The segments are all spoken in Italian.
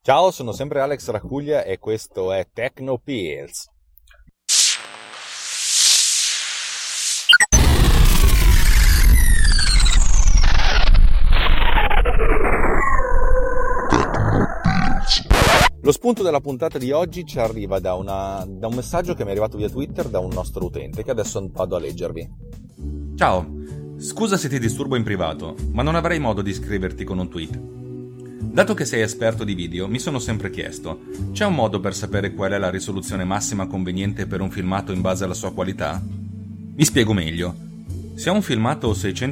Ciao, sono sempre Alex Racuglia e questo è Techno Pills. Lo spunto della puntata di oggi ci arriva da un messaggio che mi è arrivato via Twitter da un nostro utente, che adesso vado a leggervi. Ciao, scusa se ti disturbo in privato, ma non avrei modo di scriverti con un tweet. Dato che sei esperto di video, mi sono sempre chiesto, c'è un modo per sapere qual è la risoluzione massima conveniente per un filmato in base alla sua qualità? Mi spiego meglio. Se ho un filmato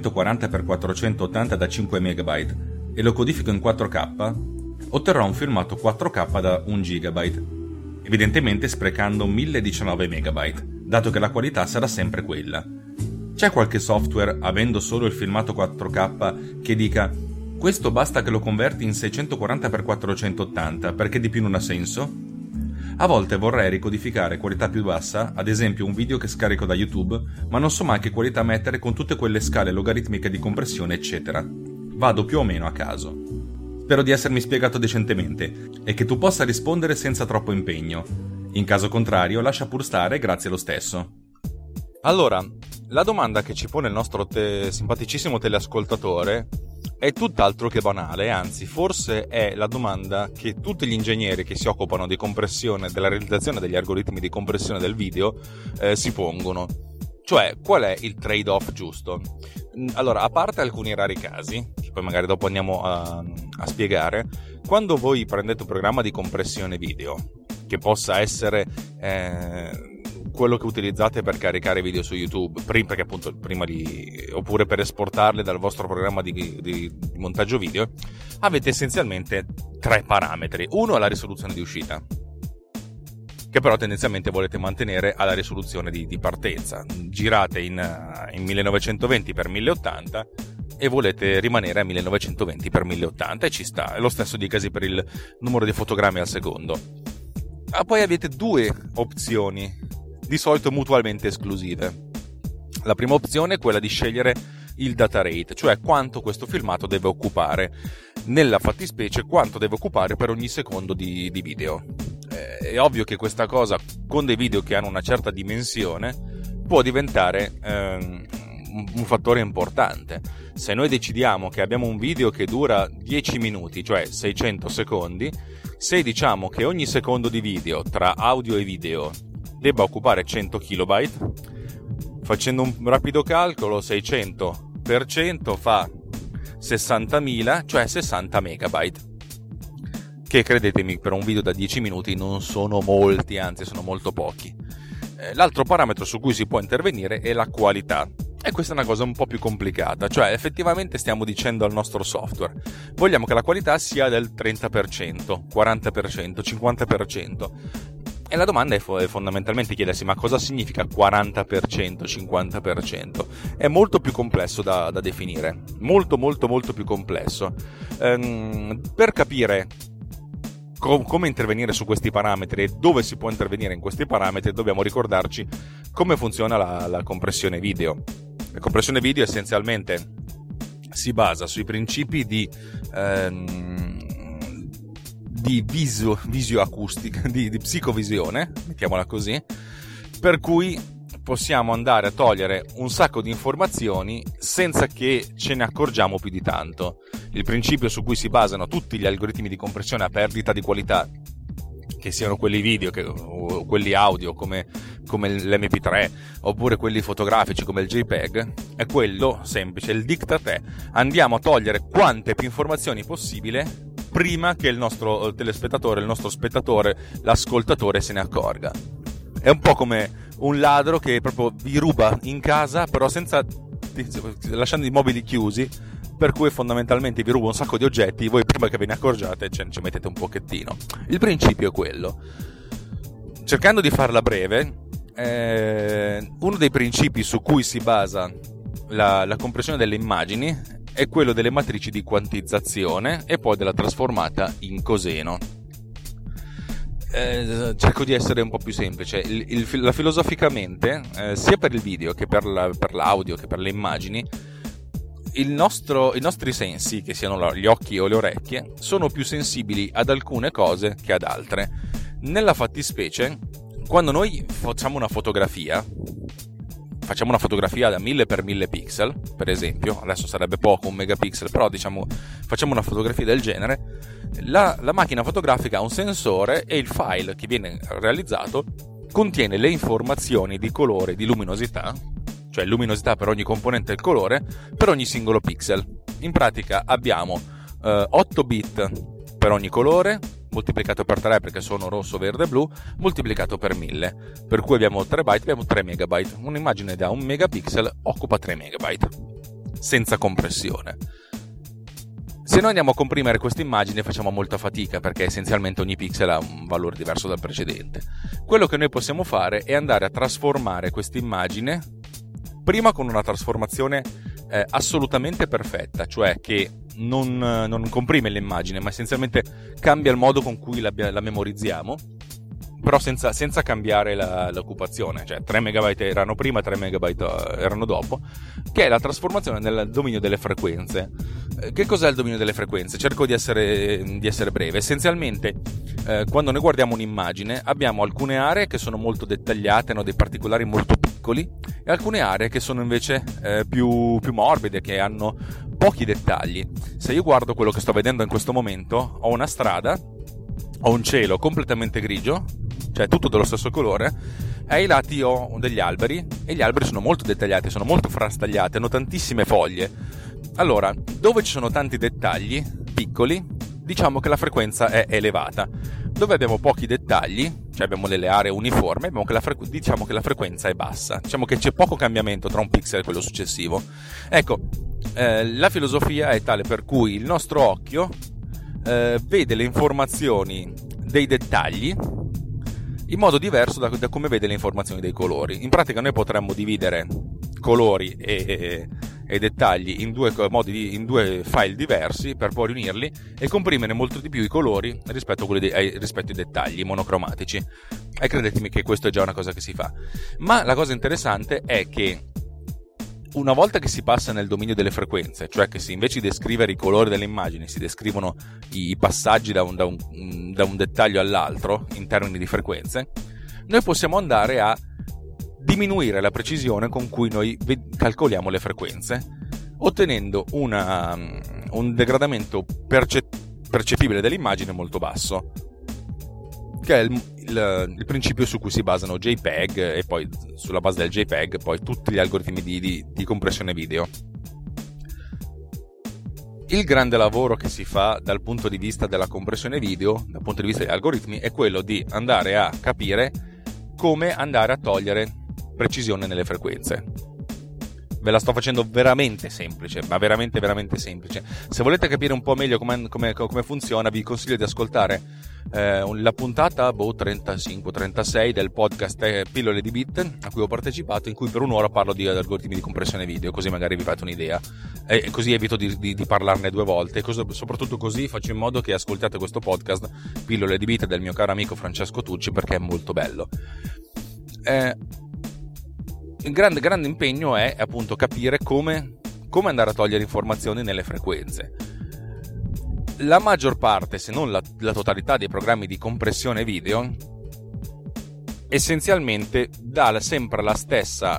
640x480 da 5 MB e lo codifico in 4K, otterrò un filmato 4K da 1 GB, evidentemente sprecando 1019 MB, dato che la qualità sarà sempre quella. C'è qualche software, avendo solo il filmato 4K, che dica questo basta che lo converti in 640x480 perché di più non ha senso? A volte vorrei ricodificare qualità più bassa, ad esempio un video che scarico da YouTube, ma non so mai che qualità mettere con tutte quelle scale logaritmiche di compressione eccetera. Vado più o meno a caso. Spero di essermi spiegato decentemente e che tu possa rispondere senza troppo impegno. In caso contrario, lascia pur stare, grazie lo stesso. Allora, la domanda che ci pone il nostro simpaticissimo teleascoltatore è tutt'altro che banale, anzi forse è la domanda che tutti gli ingegneri che si occupano di compressione, della realizzazione degli algoritmi di compressione del video si pongono. Cioè, qual è il trade-off giusto? Allora, a parte alcuni rari casi, che poi magari dopo andiamo a spiegare, quando voi prendete un programma di compressione video, che possa essere quello che utilizzate per caricare video su YouTube, perché appunto oppure per esportarli dal vostro programma di montaggio video, avete essenzialmente tre parametri. Uno è la risoluzione di uscita, che però tendenzialmente volete mantenere alla risoluzione di partenza. Girate in 1920x1080 e volete rimanere a 1920x1080 e ci sta. È lo stesso dicasi per il numero di fotogrammi al secondo. Poi avete due opzioni, di solito mutualmente esclusive. La prima opzione è quella di scegliere il data rate, cioè quanto questo filmato deve occupare. Nella fattispecie, quanto deve occupare per ogni secondo di video. È ovvio che questa cosa, con dei video che hanno una certa dimensione, può diventare un fattore importante. Se noi decidiamo che abbiamo un video che dura 10 minuti, cioè 600 secondi, se diciamo che ogni secondo di video tra audio e video debba occupare 100 KB, facendo un rapido calcolo, 600% fa 60.000, cioè 60 megabyte. Che credetemi, per un video da 10 minuti non sono molti, anzi sono molto pochi. L'altro parametro su cui si può intervenire è la qualità. E questa è una cosa un po' più complicata, cioè effettivamente stiamo dicendo al nostro software vogliamo che la qualità sia del 30%, 40%, 50%. E la domanda è fondamentalmente chiedersi ma cosa significa 40%, 50%? È molto più complesso da definire, molto molto molto più complesso. Per capire come intervenire su questi parametri e dove si può intervenire in questi parametri, dobbiamo ricordarci come funziona la compressione video. La compressione video essenzialmente si basa sui principi di visioacustica, di psicovisione, mettiamola così, per cui possiamo andare a togliere un sacco di informazioni senza che ce ne accorgiamo più di tanto. Il principio su cui si basano tutti gli algoritmi di compressione a perdita di qualità, che siano quelli video o quelli audio come l'MP3 oppure quelli fotografici come il JPEG, è quello semplice. Il diktat è: andiamo a togliere quante più informazioni possibile prima che il nostro telespettatore, il nostro spettatore, l'ascoltatore se ne accorga. È un po' come un ladro che proprio vi ruba in casa, però lasciando i mobili chiusi, per cui fondamentalmente vi ruba un sacco di oggetti, voi prima che ve ne accorgiate ci mettete un pochettino. Il principio è quello. Cercando di farla breve, uno dei principi su cui si basa la compressione delle immagini è quello delle matrici di quantizzazione e poi della trasformata in coseno. Cerco di essere un po' più semplice. Filosoficamente, sia per il video che per l'audio che per le immagini, i nostri sensi, che siano gli occhi o le orecchie, sono più sensibili ad alcune cose che ad altre. Nella fattispecie, quando noi facciamo una fotografia da 1000x1000 pixel, per esempio, adesso sarebbe poco, 1 megapixel, però diciamo facciamo una fotografia del genere, la macchina fotografica ha un sensore e il file che viene realizzato contiene le informazioni di colore e di luminosità, cioè luminosità per ogni componente del colore, per ogni singolo pixel. In pratica abbiamo 8 bit per ogni colore, moltiplicato per 3 perché sono rosso, verde e blu, moltiplicato per 1000, per cui abbiamo 3 byte, abbiamo 3 megabyte. Un'immagine da 1 megapixel occupa 3 megabyte, senza compressione. Se noi andiamo a comprimere questa immagine facciamo molta fatica, perché essenzialmente ogni pixel ha un valore diverso dal precedente. Quello che noi possiamo fare è andare a trasformare questa immagine prima con una trasformazione assolutamente perfetta, cioè che non comprime l'immagine, ma essenzialmente cambia il modo con cui la memorizziamo, però senza cambiare l'occupazione, cioè 3 megabyte erano prima, 3 megabyte erano dopo, che è la trasformazione nel dominio delle frequenze. Che cos'è il dominio delle frequenze? Cerco di essere breve. Essenzialmente, quando noi guardiamo un'immagine, abbiamo alcune aree che sono molto dettagliate, hanno dei particolari molto piccoli, e alcune aree che sono invece più morbide, che hanno pochi dettagli. Se io guardo quello che sto vedendo in questo momento, ho una strada, ho un cielo completamente grigio, cioè tutto dello stesso colore, e ai lati ho degli alberi, e gli alberi sono molto dettagliati, sono molto frastagliati, hanno tantissime foglie. Allora, dove ci sono tanti dettagli piccoli, diciamo che la frequenza è elevata. Dove abbiamo pochi dettagli, cioè abbiamo delle aree uniformi, diciamo che la frequenza è bassa. Diciamo che c'è poco cambiamento tra un pixel e quello successivo. Ecco, la filosofia è tale per cui il nostro occhio vede le informazioni dei dettagli in modo diverso da come vede le informazioni dei colori. In pratica noi potremmo dividere colori e dettagli in due file diversi per poi riunirli e comprimere molto di più i colori rispetto ai dettagli monocromatici. E credetemi che questo è già una cosa che si fa. Ma la cosa interessante è che una volta che si passa nel dominio delle frequenze, cioè che invece di descrivere i colori delle immagini si descrivono i passaggi da un dettaglio all'altro in termini di frequenze, noi possiamo andare a diminuire la precisione con cui noi calcoliamo le frequenze, ottenendo un degradamento percepibile dell'immagine molto basso, che è il principio su cui si basano JPEG, e poi sulla base del JPEG poi tutti gli algoritmi di compressione video. Il grande lavoro che si fa dal punto di vista della compressione video, dal punto di vista degli algoritmi, è quello di andare a capire come andare a togliere precisione nelle frequenze. Ve la sto facendo veramente semplice, ma veramente veramente semplice. Se volete capire un po' meglio come funziona, vi consiglio di ascoltare la puntata 35-36 del podcast Pillole di Bit, a cui ho partecipato, in cui per un'ora parlo di algoritmi di compressione video, così magari vi fate un'idea, e così evito di parlarne due volte, soprattutto così faccio in modo che ascoltiate questo podcast Pillole di Bit del mio caro amico Francesco Tucci, perché è molto bello. Il grande impegno è appunto capire come andare a togliere informazioni nelle frequenze. La maggior parte, se non la totalità dei programmi di compressione video, essenzialmente usa sempre la stessa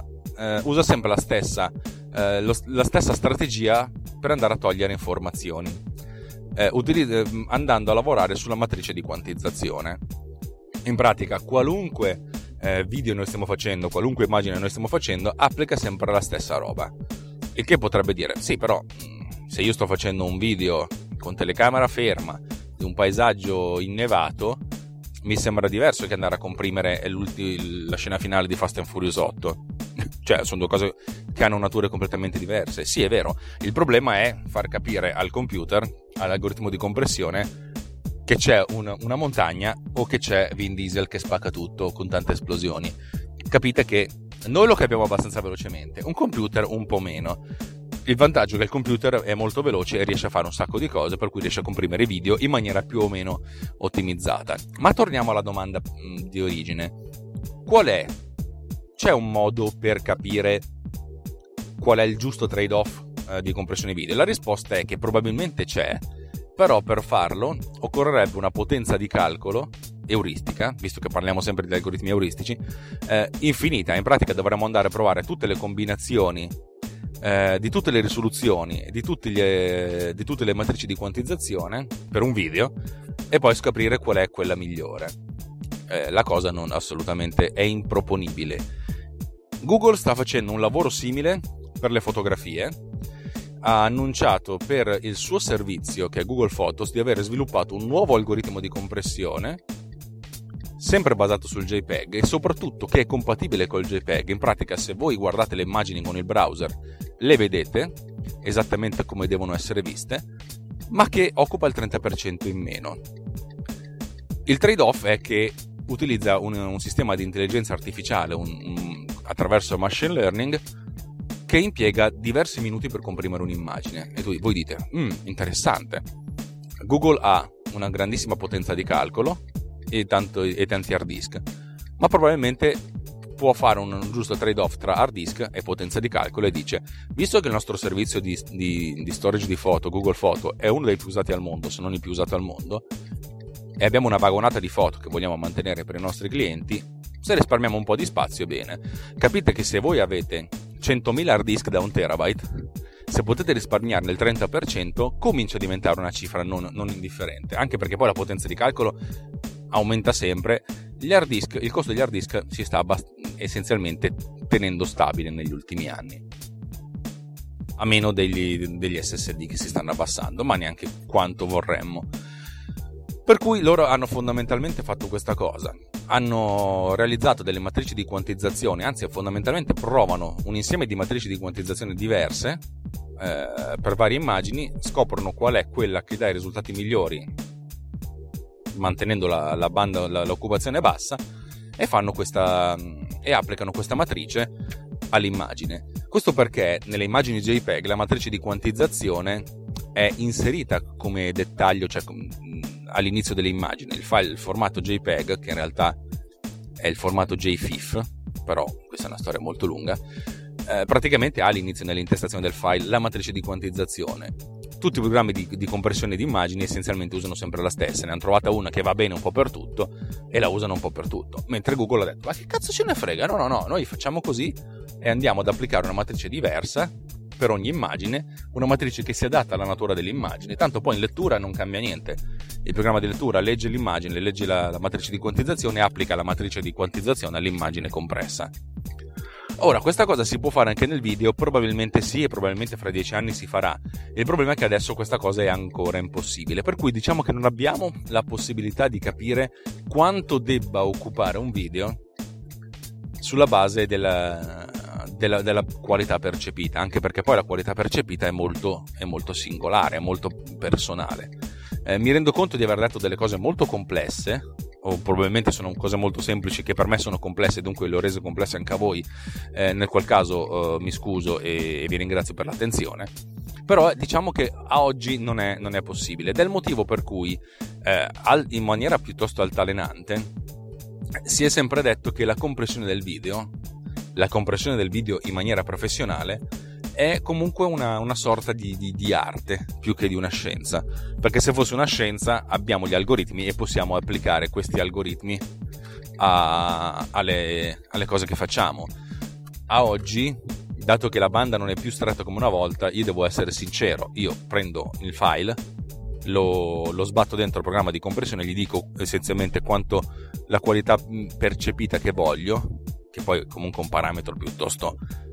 strategia per andare a togliere informazioni, andando a lavorare sulla matrice di quantizzazione. In pratica, qualunque video noi stiamo facendo, qualunque immagine noi stiamo facendo, applica sempre la stessa roba. Il che potrebbe dire, sì, però se io sto facendo un video con telecamera ferma di un paesaggio innevato, mi sembra diverso che andare a comprimere la scena finale di Fast and Furious 8. Cioè, sono due cose che hanno nature completamente diverse. Sì, è vero, il problema è far capire al computer, all'algoritmo di compressione, che c'è una montagna o che c'è Vin Diesel che spacca tutto con tante esplosioni. Capite che noi lo capiamo abbastanza velocemente, un computer un po' meno. Il vantaggio è che il computer è molto veloce e riesce a fare un sacco di cose, per cui riesce a comprimere i video in maniera più o meno ottimizzata. Ma torniamo alla domanda di origine. Qual è? C'è un modo per capire qual è il giusto trade-off di compressione video? La risposta è che probabilmente c'è, però per farlo occorrerebbe una potenza di calcolo euristica, visto che parliamo sempre di algoritmi euristici, infinita. In pratica dovremmo andare a provare tutte le combinazioni di tutte le risoluzioni, di tutte le matrici di quantizzazione per un video e poi scoprire qual è quella migliore. La cosa non assolutamente è improponibile. Google sta facendo un lavoro simile per le fotografie. Ha annunciato per il suo servizio, che è Google Photos, di aver sviluppato un nuovo algoritmo di compressione sempre basato sul JPEG e soprattutto che è compatibile col JPEG. In pratica, se voi guardate le immagini con il browser, le vedete esattamente come devono essere viste, ma che occupa il 30% in meno. Il trade-off è che utilizza un sistema di intelligenza artificiale attraverso machine learning che impiega diversi minuti per comprimere un'immagine. E voi dite, interessante. Google ha una grandissima potenza di calcolo e tanti hard disk, ma probabilmente può fare un giusto trade-off tra hard disk e potenza di calcolo e dice, visto che il nostro servizio di storage di foto, Google Photo, è uno dei più usati al mondo, se non il più usato al mondo, e abbiamo una vagonata di foto che vogliamo mantenere per i nostri clienti, se risparmiamo un po' di spazio, bene. Capite che se voi avete 100.000 hard disk da 1 terabyte, se potete risparmiarne il 30%, comincia a diventare una cifra non indifferente, anche perché poi la potenza di calcolo aumenta sempre. Il costo degli hard disk si sta essenzialmente tenendo stabile negli ultimi anni, a meno degli SSD che si stanno abbassando, ma neanche quanto vorremmo. Per cui loro hanno fondamentalmente fatto questa cosa, hanno realizzato delle matrici di quantizzazione, anzi fondamentalmente provano un insieme di matrici di quantizzazione diverse per varie immagini, scoprono qual è quella che dà i risultati migliori mantenendo la banda, l'occupazione bassa, e applicano questa matrice all'immagine. Questo perché nelle immagini JPEG la matrice di quantizzazione è inserita come dettaglio, cioè all'inizio delle immagini. Il formato JPEG, che in realtà è il formato JFIF, però questa è una storia molto lunga, praticamente ha all'inizio nell'intestazione del file la matrice di quantizzazione. Tutti i programmi di compressione di immagini essenzialmente usano sempre la stessa, ne hanno trovata una che va bene un po' per tutto e la usano un po' per tutto, mentre Google ha detto, ma che cazzo ce ne frega, no, noi facciamo così e andiamo ad applicare una matrice diversa per ogni immagine, una matrice che si adatta alla natura dell'immagine, tanto poi in lettura non cambia niente. Il programma di lettura legge l'immagine, legge la matrice di quantizzazione e applica la matrice di quantizzazione all'immagine compressa. Ora, questa cosa si può fare anche nel video? Probabilmente sì, e probabilmente fra 10 anni si farà. Il problema è che adesso questa cosa è ancora impossibile, per cui diciamo che non abbiamo la possibilità di capire quanto debba occupare un video sulla base della qualità percepita, anche perché poi la qualità percepita è molto singolare, è molto personale. Mi rendo conto di aver detto delle cose molto complesse, o probabilmente sono cose molto semplici che per me sono complesse, dunque le ho rese complesse anche a voi, nel qual caso mi scuso e vi ringrazio per l'attenzione. Però diciamo che a oggi non è possibile, ed è il motivo per cui in maniera piuttosto altalenante si è sempre detto che la compressione del video in maniera professionale è comunque una sorta di arte più che di una scienza, perché se fosse una scienza abbiamo gli algoritmi e possiamo applicare questi algoritmi alle cose che facciamo. A oggi, dato che la banda non è più stretta come una volta, io devo essere sincero, io prendo il file, lo sbatto dentro il programma di compressione, gli dico essenzialmente quanto la qualità percepita che voglio, che poi è comunque un parametro piuttosto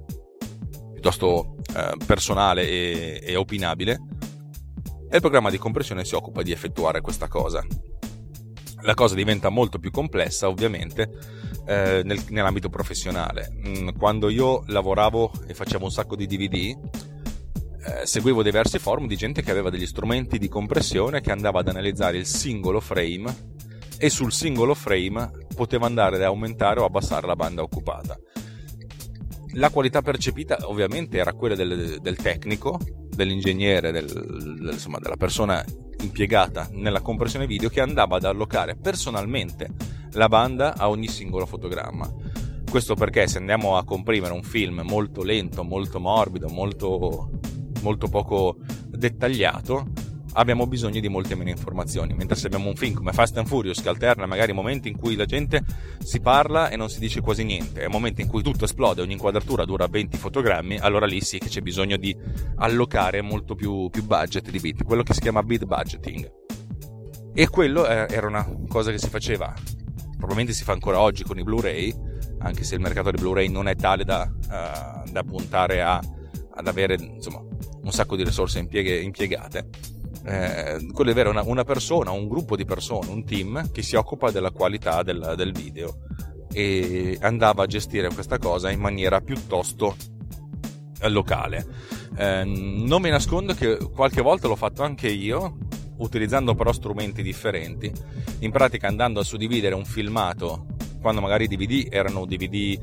personale e opinabile, e il programma di compressione si occupa di effettuare questa cosa. La cosa diventa molto più complessa ovviamente nell'ambito professionale. Quando io lavoravo e facevo un sacco di DVD, seguivo diversi forum di gente che aveva degli strumenti di compressione che andava ad analizzare il singolo frame, e sul singolo frame poteva andare ad aumentare o abbassare la banda occupata. La qualità percepita ovviamente era quella del tecnico, dell'ingegnere, della persona impiegata nella compressione video, che andava ad allocare personalmente la banda a ogni singolo fotogramma. Questo perché se andiamo a comprimere un film molto lento, molto morbido, molto molto poco dettagliato, abbiamo bisogno di molte meno informazioni, mentre se abbiamo un film come Fast and Furious che alterna magari momenti in cui la gente si parla e non si dice quasi niente e momenti in cui tutto esplode, ogni inquadratura dura 20 fotogrammi, allora lì sì che c'è bisogno di allocare molto più budget di bit, quello che si chiama bit budgeting. E quello era una cosa che si faceva, probabilmente si fa ancora oggi con i Blu-ray, anche se il mercato dei Blu-ray non è tale da puntare ad avere, insomma, un sacco di risorse impiegate. Quello è vero, una persona, un gruppo di persone, un team che si occupa della qualità del video, e andava a gestire questa cosa in maniera piuttosto locale. Non mi nascondo che qualche volta l'ho fatto anche io, utilizzando però strumenti differenti, in pratica andando a suddividere un filmato, quando magari i DVD erano DVD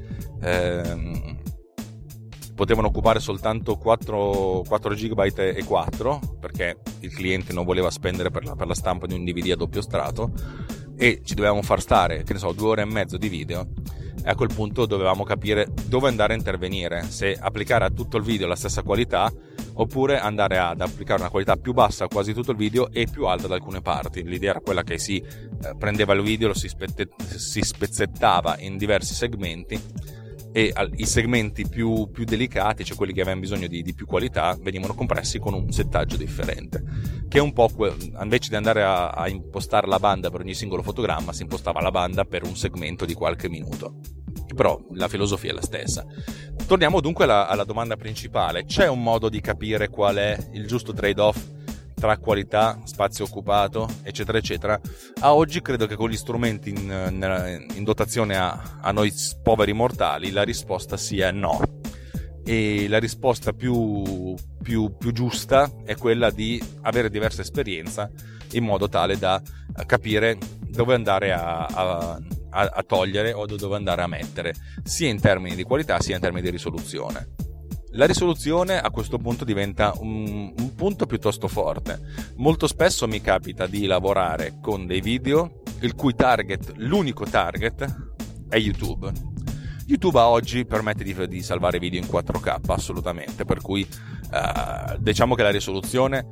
potevano occupare soltanto 4 GB e 4, perché il cliente non voleva spendere per la stampa di un DVD a doppio strato, e ci dovevamo far stare, 2 ore e mezzo di video, e a quel punto dovevamo capire dove andare a intervenire, se applicare a tutto il video la stessa qualità oppure andare ad applicare una qualità più bassa a quasi tutto il video e più alta ad alcune parti. L'idea era quella che si prendeva il video, lo si spezzettava in diversi segmenti, e i segmenti più delicati, cioè quelli che avevano bisogno di più qualità, venivano compressi con un settaggio differente, che è un po' invece di andare a impostare la banda per ogni singolo fotogramma, si impostava la banda per un segmento di qualche minuto, però la filosofia è la stessa. Torniamo dunque alla domanda principale: c'è un modo di capire qual è il giusto trade-off tra qualità, spazio occupato, eccetera eccetera? A oggi credo che con gli strumenti in dotazione a noi poveri mortali la risposta sia no, e la risposta più giusta è quella di avere diversa esperienza, in modo tale da capire dove andare a togliere o dove andare a mettere, sia in termini di qualità sia in termini di risoluzione. La risoluzione a questo punto diventa un punto piuttosto forte. Molto spesso mi capita di lavorare con dei video il cui l'unico target è YouTube. YouTube a oggi permette di salvare video in 4K, assolutamente, per cui diciamo che la risoluzione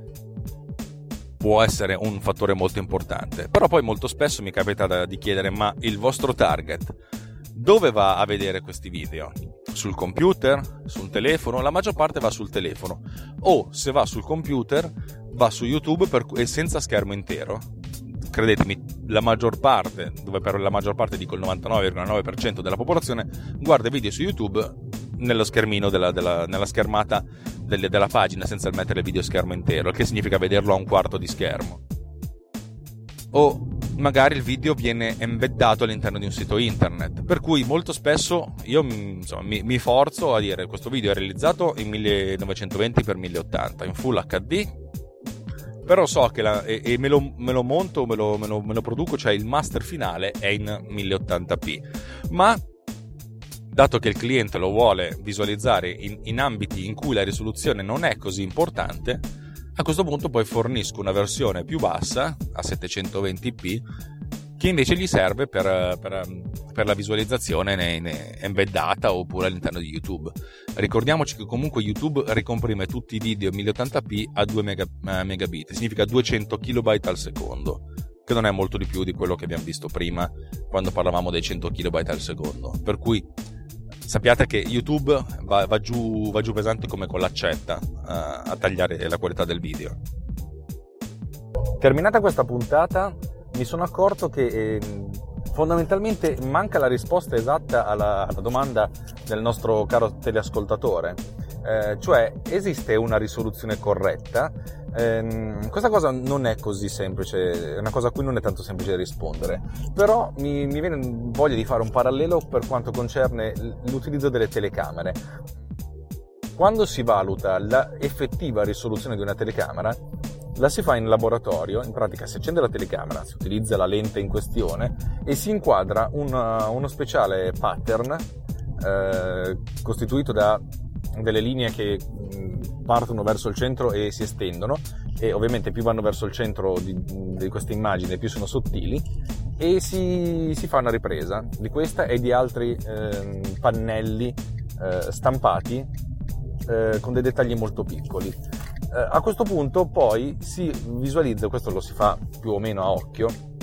può essere un fattore molto importante. Però poi molto spesso mi capita di chiedere: ma il vostro target dove va a vedere questi video? Sul computer? Sul telefono? La maggior parte va sul telefono, o se va sul computer va su YouTube e senza schermo intero. Credetemi, la maggior parte, dove per la maggior parte dico il 99,9% della popolazione, guarda video su YouTube nello schermino nella schermata della pagina, senza mettere il video schermo intero, il che significa vederlo a un quarto di schermo. O magari il video viene embeddato all'interno di un sito internet, per cui molto spesso io mi forzo a dire: questo video è realizzato in 1920x1080 in Full HD, però so che me lo monto, me lo produco, cioè il master finale è in 1080p, ma dato che il cliente lo vuole visualizzare in ambiti in cui la risoluzione non è così importante, a questo punto poi fornisco una versione più bassa a 720p, che invece gli serve per la visualizzazione embeddata oppure all'interno di YouTube. Ricordiamoci che comunque YouTube ricomprime tutti i video 1080p a 2 megabit, significa 200 kilobyte al secondo, che non è molto di più di quello che abbiamo visto prima quando parlavamo dei 100 kilobyte al secondo. Per cui sappiate che YouTube va giù pesante come con l'accetta a tagliare la qualità del video. Terminata questa puntata, mi sono accorto che fondamentalmente manca la risposta esatta alla domanda del nostro caro teleascoltatore, cioè: esiste una risoluzione corretta? Questa cosa non è così semplice, è una cosa a cui non è tanto semplice rispondere, però mi viene voglia di fare un parallelo per quanto concerne l'utilizzo delle telecamere. Quando si valuta l'effettiva risoluzione di una telecamera, la si fa in laboratorio. In pratica si accende la telecamera, si utilizza la lente in questione e si inquadra uno speciale pattern costituito da delle linee che partono verso il centro e si estendono, e ovviamente più vanno verso il centro di questa immagine più sono sottili, e si fa una ripresa di questa e di altri pannelli stampati con dei dettagli molto piccoli. A questo punto poi si visualizza, questo lo si fa più o meno a occhio,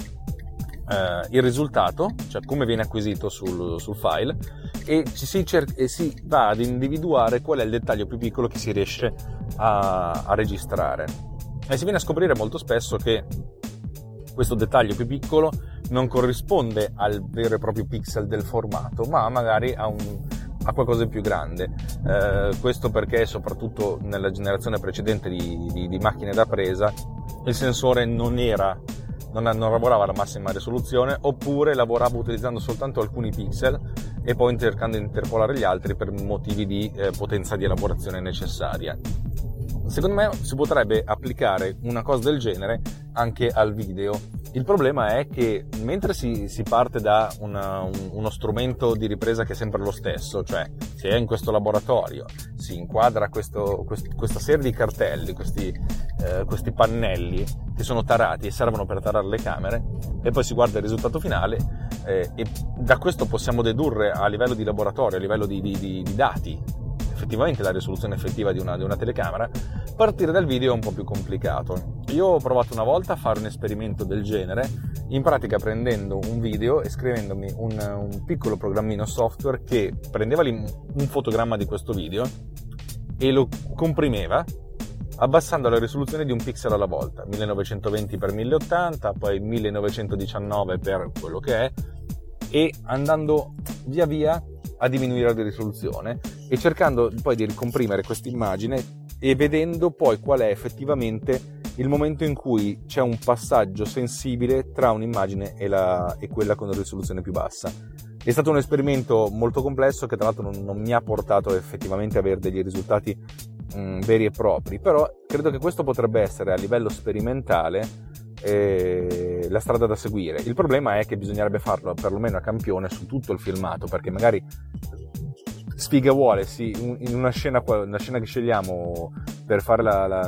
il risultato, cioè come viene acquisito sul file, e si va ad individuare qual è il dettaglio più piccolo che si riesce a registrare, e si viene a scoprire molto spesso che questo dettaglio più piccolo non corrisponde al vero e proprio pixel del formato, ma magari a qualcosa di più grande. Questo perché soprattutto nella generazione precedente di macchine da presa il sensore non lavorava alla massima risoluzione, oppure lavorava utilizzando soltanto alcuni pixel e poi cercando di interpolare gli altri per motivi di potenza di elaborazione necessaria. Secondo me si potrebbe applicare una cosa del genere anche al video. Il problema è che mentre si parte da uno strumento di ripresa che è sempre lo stesso, cioè si è in questo laboratorio, si inquadra questa serie di cartelli, questi pannelli che sono tarati e servono per tarare le camere, e poi si guarda il risultato finale, e da questo possiamo dedurre a livello di laboratorio, a livello di dati, effettivamente la risoluzione effettiva di una telecamera. Partire dal video è un po' più complicato. Io ho provato una volta a fare un esperimento del genere, in pratica prendendo un video e scrivendomi un piccolo programmino software che prendeva un fotogramma di questo video e lo comprimeva abbassando la risoluzione di un pixel alla volta, 1920x1080, poi 1919 per quello che è, e andando via via a diminuire la risoluzione e cercando poi di ricomprimere questa immagine e vedendo poi qual è effettivamente il momento in cui c'è un passaggio sensibile tra un'immagine e quella con risoluzione più bassa. È stato un esperimento molto complesso che tra l'altro non mi ha portato effettivamente a avere degli risultati veri e propri, però credo che questo potrebbe essere a livello sperimentale la strada da seguire. Il problema è che bisognerebbe farlo perlomeno a campione su tutto il filmato, perché magari sfiga vuole, in una scena che scegliamo per fare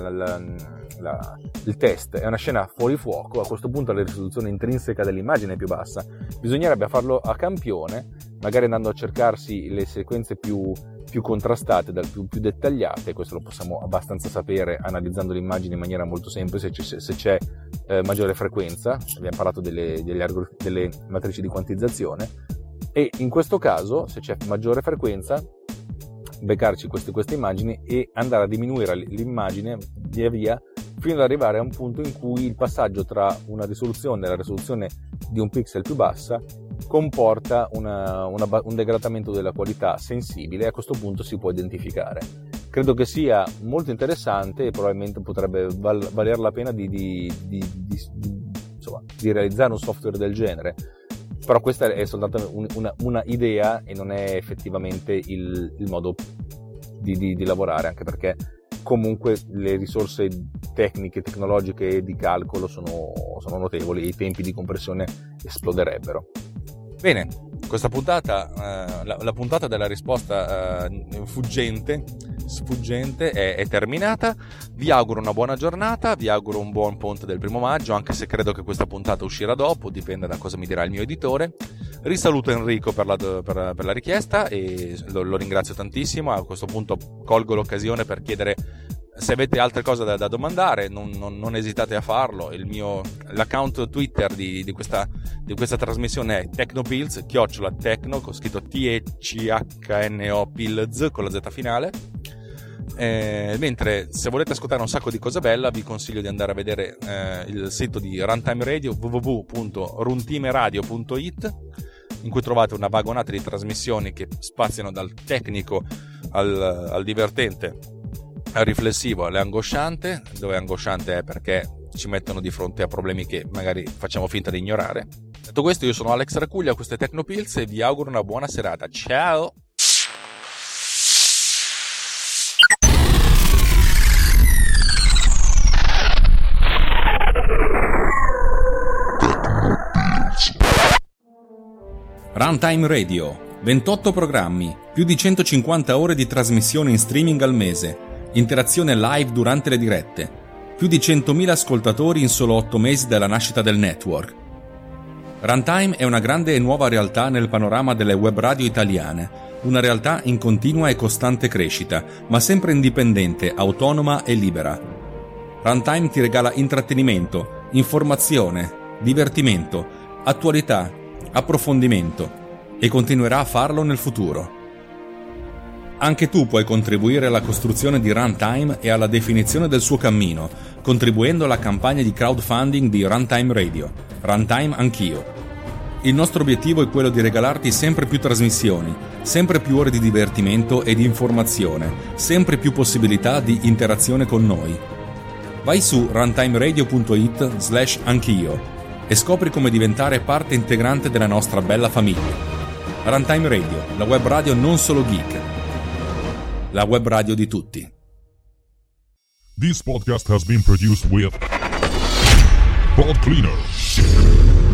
il test è una scena fuori fuoco, a questo punto la risoluzione intrinseca dell'immagine è più bassa. Bisognerebbe farlo a campione, magari andando a cercarsi le sequenze più contrastate, più dettagliate. Questo lo possiamo abbastanza sapere analizzando l'immagine in maniera molto semplice, se c'è maggiore frequenza. Abbiamo parlato delle matrici di quantizzazione, e in questo caso se c'è maggiore frequenza beccarci queste immagini e andare a diminuire l'immagine via via fino ad arrivare a un punto in cui il passaggio tra una risoluzione e la risoluzione di un pixel più bassa comporta un degradamento della qualità sensibile, e a questo punto si può identificare. Credo che sia molto interessante e probabilmente potrebbe valer la pena di realizzare un software del genere, però questa è soltanto una idea e non è effettivamente il modo di lavorare, anche perché comunque le risorse tecnologiche e di calcolo sono notevoli e i tempi di compressione esploderebbero. Bene, questa puntata, la puntata della risposta sfuggente è terminata. Vi auguro una buona giornata, vi auguro un buon ponte del 1 maggio, anche se credo che questa puntata uscirà dopo, dipende da cosa mi dirà il mio editore. Risaluto Enrico per la richiesta e lo ringrazio tantissimo. A questo punto colgo l'occasione per chiedere, se avete altre cose da domandare, non esitate a farlo. L'account Twitter di questa trasmissione è Technopills, @Techno, con scritto TECHNO Pills con la Z finale. Mentre se volete ascoltare un sacco di cose bella, vi consiglio di andare a vedere il sito di Runtime Radio, www.runtimeradio.it, in cui trovate una vagonata di trasmissioni che spaziano dal tecnico al divertente, al riflessivo, all'angosciante, dove angosciante è perché ci mettono di fronte a problemi che magari facciamo finta di ignorare. Detto questo, io sono Alex Racuglia, questo è Technopills e vi auguro una buona serata. Ciao! Runtime Radio, 28 programmi, più di 150 ore di trasmissione in streaming al mese, interazione live durante le dirette, più di 100.000 ascoltatori in solo 8 mesi dalla nascita del network. Runtime è una grande e nuova realtà nel panorama delle web radio italiane, una realtà in continua e costante crescita, ma sempre indipendente, autonoma e libera. Runtime ti regala intrattenimento, informazione, divertimento, attualità, approfondimento e continuerà a farlo nel futuro. Anche tu puoi contribuire alla costruzione di Runtime e alla definizione del suo cammino, contribuendo alla campagna di crowdfunding di Runtime Radio. Runtime Anch'io. Il nostro obiettivo è quello di regalarti sempre più trasmissioni, sempre più ore di divertimento e di informazione, sempre più possibilità di interazione con noi. Vai su runtimeradio.it/anch'io e scopri come diventare parte integrante della nostra bella famiglia. Runtime Radio, la web radio non solo geek, la web radio di tutti. This podcast has been produced with Pod Cleaner.